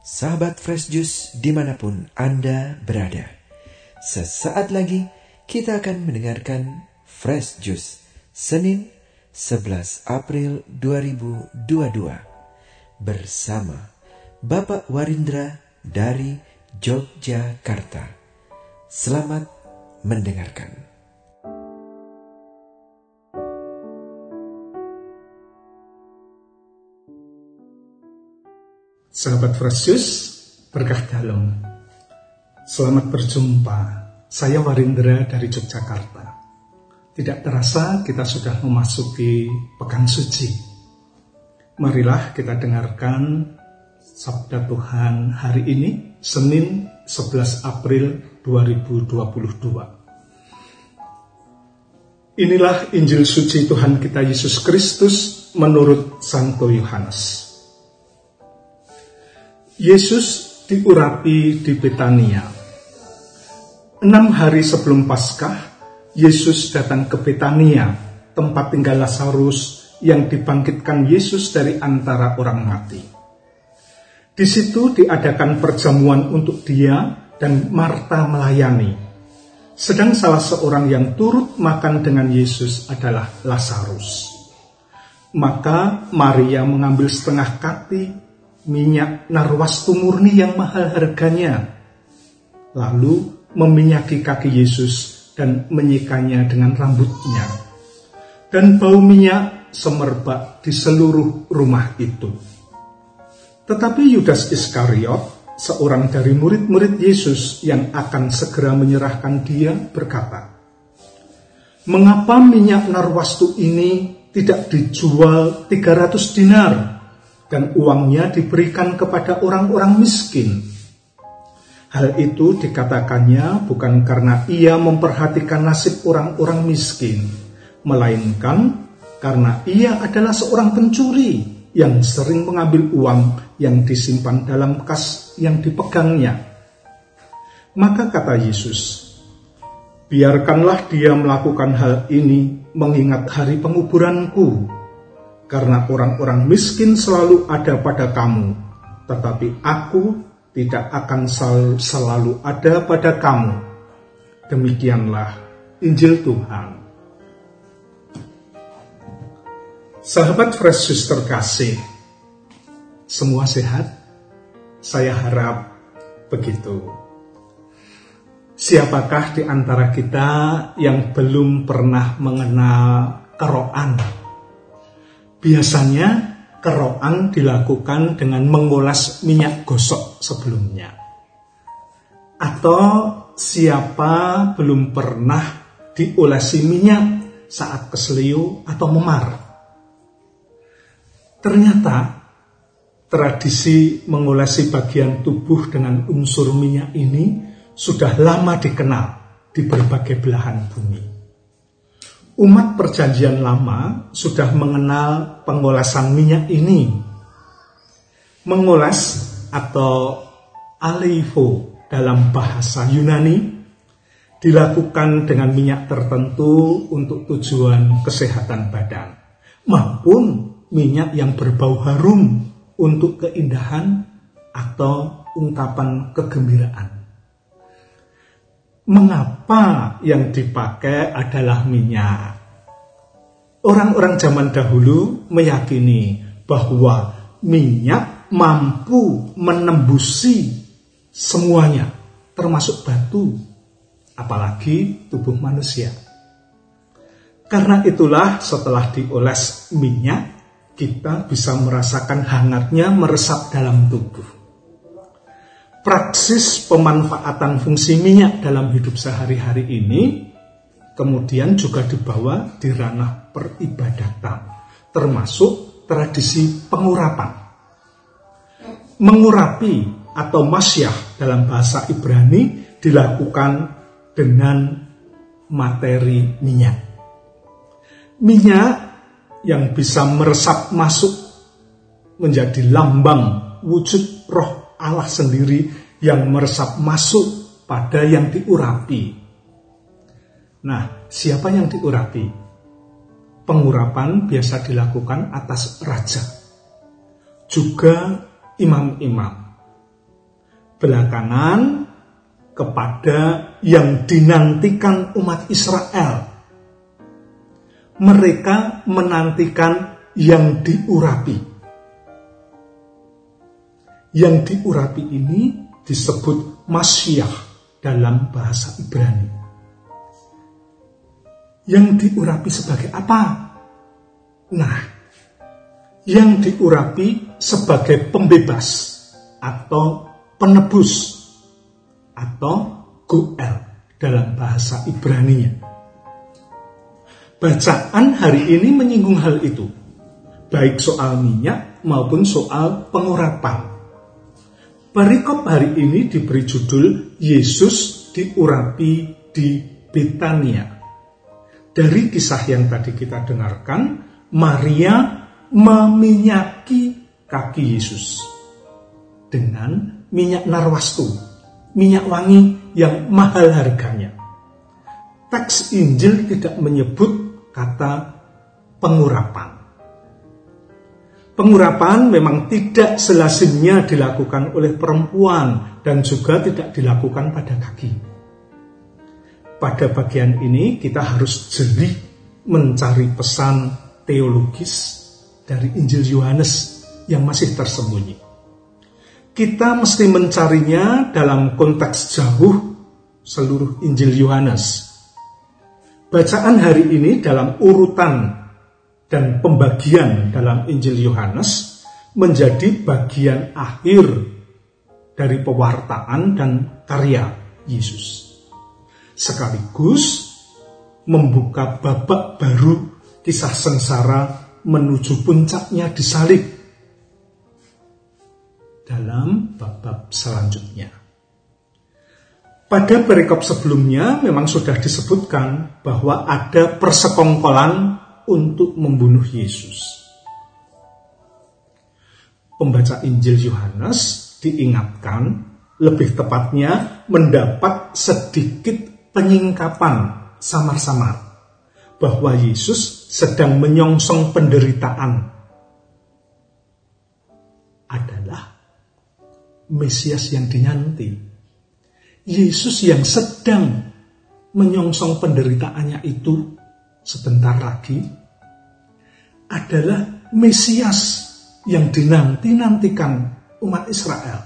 Sahabat Fresh Juice dimanapun Anda berada, sesaat lagi kita akan mendengarkan Fresh Juice Senin 11 April 2022 bersama Bapak Warindra dari Yogyakarta. Selamat mendengarkan. Sahabat Fresh Juice, berkah dalam. Selamat berjumpa. Saya Warindra dari Yogyakarta. Tidak terasa kita sudah memasuki Pekan Suci. Marilah kita dengarkan Sabda Tuhan hari ini, Senin 11 April 2022. Inilah Injil suci Tuhan kita Yesus Kristus menurut Santo Yohanes. Yesus diurapi di Betania. 6 hari sebelum Paskah, Yesus datang ke Betania, tempat tinggal Lazarus yang dibangkitkan Yesus dari antara orang mati. Di situ diadakan perjamuan untuk dia dan Marta melayani. Sedang salah seorang yang turut makan dengan Yesus adalah Lazarus. Maka Maria mengambil setengah kati minyak narwastu murni yang mahal harganya, lalu meminyaki kaki Yesus dan menyikanya dengan rambutnya, dan bau minyak semerbak di seluruh rumah itu. Tetapi Yudas Iskariot, seorang dari murid-murid Yesus yang akan segera menyerahkan dia, berkata, "Mengapa minyak narwastu ini tidak dijual 300 dinar dan uangnya diberikan kepada orang-orang miskin?" Hal itu dikatakannya bukan karena ia memperhatikan nasib orang-orang miskin, melainkan karena ia adalah seorang pencuri yang sering mengambil uang yang disimpan dalam kas yang dipegangnya. Maka kata Yesus, "Biarkanlah dia melakukan hal ini mengingat hari penguburanku. Karena orang-orang miskin selalu ada pada kamu, tetapi aku tidak akan selalu ada pada kamu." Demikianlah Injil Tuhan. Sahabat Fresh Juice terkasih, semua sehat? Saya harap begitu. Siapakah di antara kita yang belum pernah mengenal kerokan? Biasanya kerokan dilakukan dengan mengulas minyak gosok sebelumnya. Atau siapa belum pernah diolesi minyak saat keselio atau memar? Ternyata tradisi mengolesi bagian tubuh dengan unsur minyak ini sudah lama dikenal di berbagai belahan bumi. Umat Perjanjian Lama sudah mengenal pengolasan minyak ini. Mengoles atau aleipho dalam bahasa Yunani dilakukan dengan minyak tertentu untuk tujuan kesehatan badan, maupun minyak yang berbau harum untuk keindahan atau ungkapan kegembiraan. Mengapa yang dipakai adalah minyak? Orang-orang zaman dahulu meyakini bahwa minyak mampu menembusi semuanya, termasuk batu, apalagi tubuh manusia. Karena itulah setelah dioles minyak, kita bisa merasakan hangatnya meresap dalam tubuh. Praksis pemanfaatan fungsi minyak dalam hidup sehari-hari ini kemudian juga dibawa di ranah peribadatan, termasuk tradisi pengurapan. Mengurapi atau masyah dalam bahasa Ibrani dilakukan dengan materi minyak. Minyak yang bisa meresap masuk menjadi lambang wujud roh Allah sendiri yang meresap masuk pada yang diurapi. Nah, siapa yang diurapi? Pengurapan biasa dilakukan atas raja, juga imam-imam, belakangan kepada yang dinantikan umat Israel. Mereka menantikan yang diurapi. Yang diurapi ini disebut Masyiah dalam bahasa Ibrani. Yang diurapi sebagai apa? Nah, yang diurapi sebagai pembebas atau penebus atau Goel dalam bahasa Ibrani. Bacaan hari ini menyinggung hal itu, baik soal minyak maupun soal pengurapan. Perikop hari ini diberi judul Yesus diurapi di Betania. Dari kisah yang tadi kita dengarkan, Maria meminyaki kaki Yesus dengan minyak narwastu, minyak wangi yang mahal harganya. Teks Injil tidak menyebut kata pengurapan. Pengurapan memang tidak selazimnya dilakukan oleh perempuan dan juga tidak dilakukan pada kaki. Pada bagian ini kita harus jeli mencari pesan teologis dari Injil Yohanes yang masih tersembunyi. Kita mesti mencarinya dalam konteks jauh seluruh Injil Yohanes. Bacaan hari ini dalam urutan dan pembagian dalam Injil Yohanes menjadi bagian akhir dari pewartaan dan karya Yesus. Sekaligus membuka babak baru kisah sengsara menuju puncaknya di salib dalam bab-bab selanjutnya. Pada perikop sebelumnya memang sudah disebutkan bahwa ada persekongkolan untuk membunuh Yesus. Pembaca Injil Yohanes diingatkan, lebih tepatnya mendapat sedikit penyingkapan samar-samar bahwa Yesus sedang menyongsong penderitaan, adalah Mesias yang dinanti. Yesus yang sedang menyongsong penderitaannya itu sebentar lagi adalah Mesias yang dinanti-nantikan umat Israel.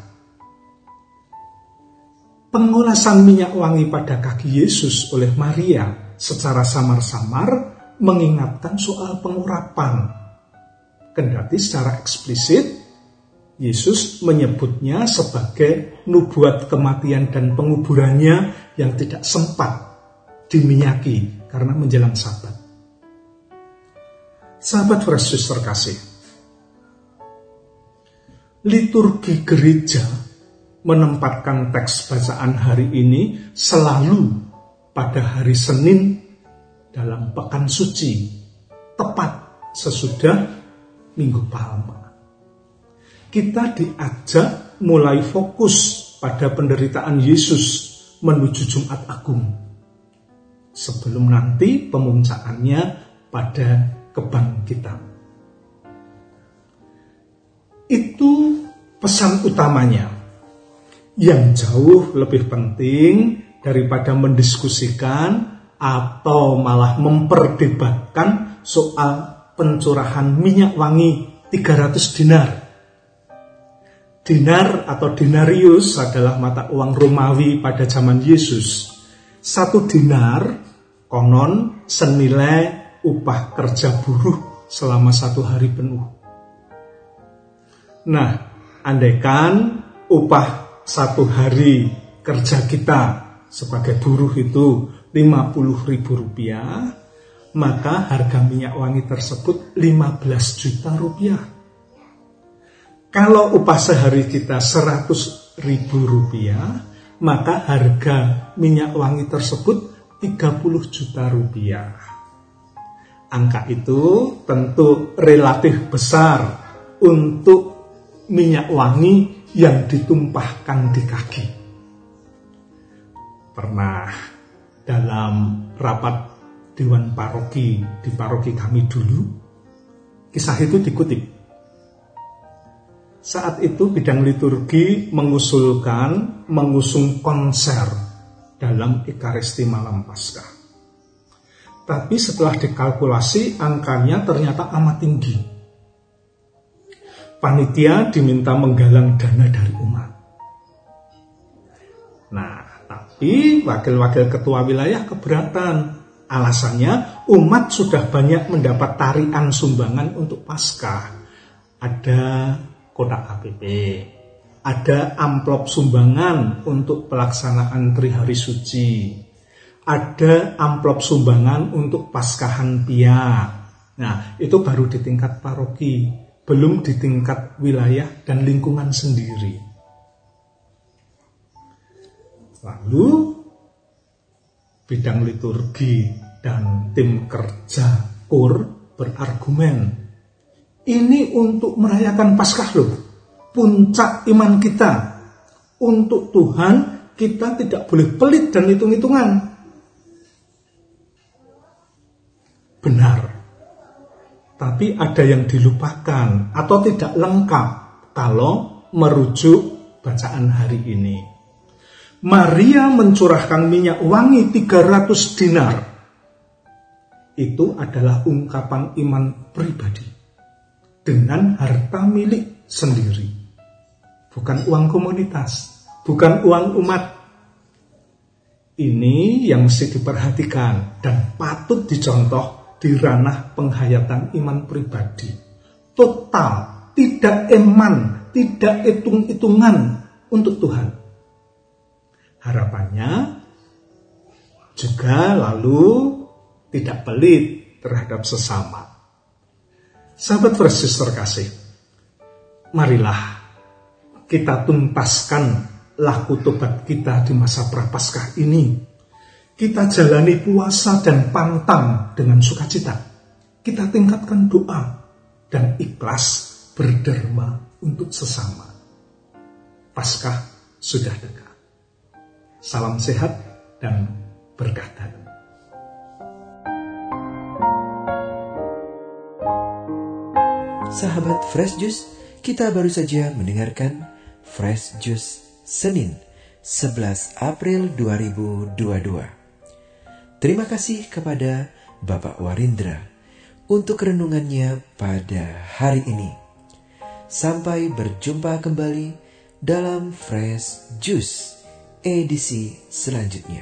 Pengolasan minyak wangi pada kaki Yesus oleh Maria secara samar-samar mengingatkan soal pengurapan. Kendati secara eksplisit Yesus menyebutnya sebagai nubuat kematian dan penguburannya yang tidak sempat diminyaki karena menjelang Sabat. Sahabat Fresh Juice terkasih, liturgi gereja menempatkan teks bacaan hari ini selalu pada hari Senin dalam Pekan Suci, tepat sesudah Minggu Palma. Kita diajak mulai fokus pada penderitaan Yesus menuju Jumat Agung, sebelum nanti pemuncakannya pada kebangkitan. Itu pesan utamanya, yang jauh lebih penting daripada mendiskusikan atau malah memperdebatkan soal pencurahan minyak wangi 300 dinar. Dinar atau denarius adalah mata uang Romawi pada zaman Yesus. 1 dinar konon senilai upah kerja buruh selama 1 hari penuh. Nah, andaikan upah 1 hari kerja kita sebagai buruh itu Rp50.000, maka harga minyak wangi tersebut Rp15 juta. Kalau upah sehari kita Rp100.000, maka harga minyak wangi tersebut Rp30 juta. Angka itu tentu relatif besar untuk minyak wangi yang ditumpahkan di kaki. Pernah dalam rapat Dewan Paroki di paroki kami dulu, kisah itu dikutip. Saat itu bidang liturgi mengusung konser dalam Ekaristi Malam Paskah. Tapi setelah dikalkulasi, angkanya ternyata amat tinggi. Panitia diminta menggalang dana dari umat. Nah, tapi wakil-wakil ketua wilayah keberatan. Alasannya, umat sudah banyak mendapat tarian sumbangan untuk Paskah. Ada kotak KPP, ada amplop sumbangan untuk pelaksanaan Trihari Suci, ada amplop sumbangan untuk Paskahan Pia. Nah, itu baru di tingkat paroki, belum di tingkat wilayah dan lingkungan sendiri. Lalu bidang liturgi dan tim kerja KUR berargumen, ini untuk merayakan Paskah loh, puncak iman kita. Untuk Tuhan kita tidak boleh pelit dan hitung-hitungan. Benar. Tapi ada yang dilupakan atau tidak lengkap kalau merujuk bacaan hari ini. Maria mencurahkan minyak wangi 300 dinar. Itu adalah ungkapan iman pribadi dengan harta milik sendiri. Bukan uang komunitas, bukan uang umat. Ini yang mesti diperhatikan dan patut dicontoh di ranah penghayatan iman pribadi. Total, tidak eman, tidak hitung-hitungan untuk Tuhan. Harapannya juga lalu tidak pelit terhadap sesama. Sahabat Fresh Juice terkasih, marilah kita tuntaskan laku tobat kita di masa Prapaskah ini. Kita jalani puasa dan pantang dengan sukacita. Kita tingkatkan doa dan ikhlas berderma untuk sesama. Paskah sudah dekat. Salam sehat dan berkah dalam. Sahabat Fresh Juice, kita baru saja mendengarkan Fresh Juice Senin 11 April 2022. Terima kasih kepada Bapak Warindra untuk renungannya pada hari ini. Sampai berjumpa kembali dalam Fresh Juice edisi selanjutnya.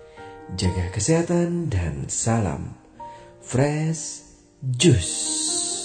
Jaga kesehatan dan salam Fresh Juice.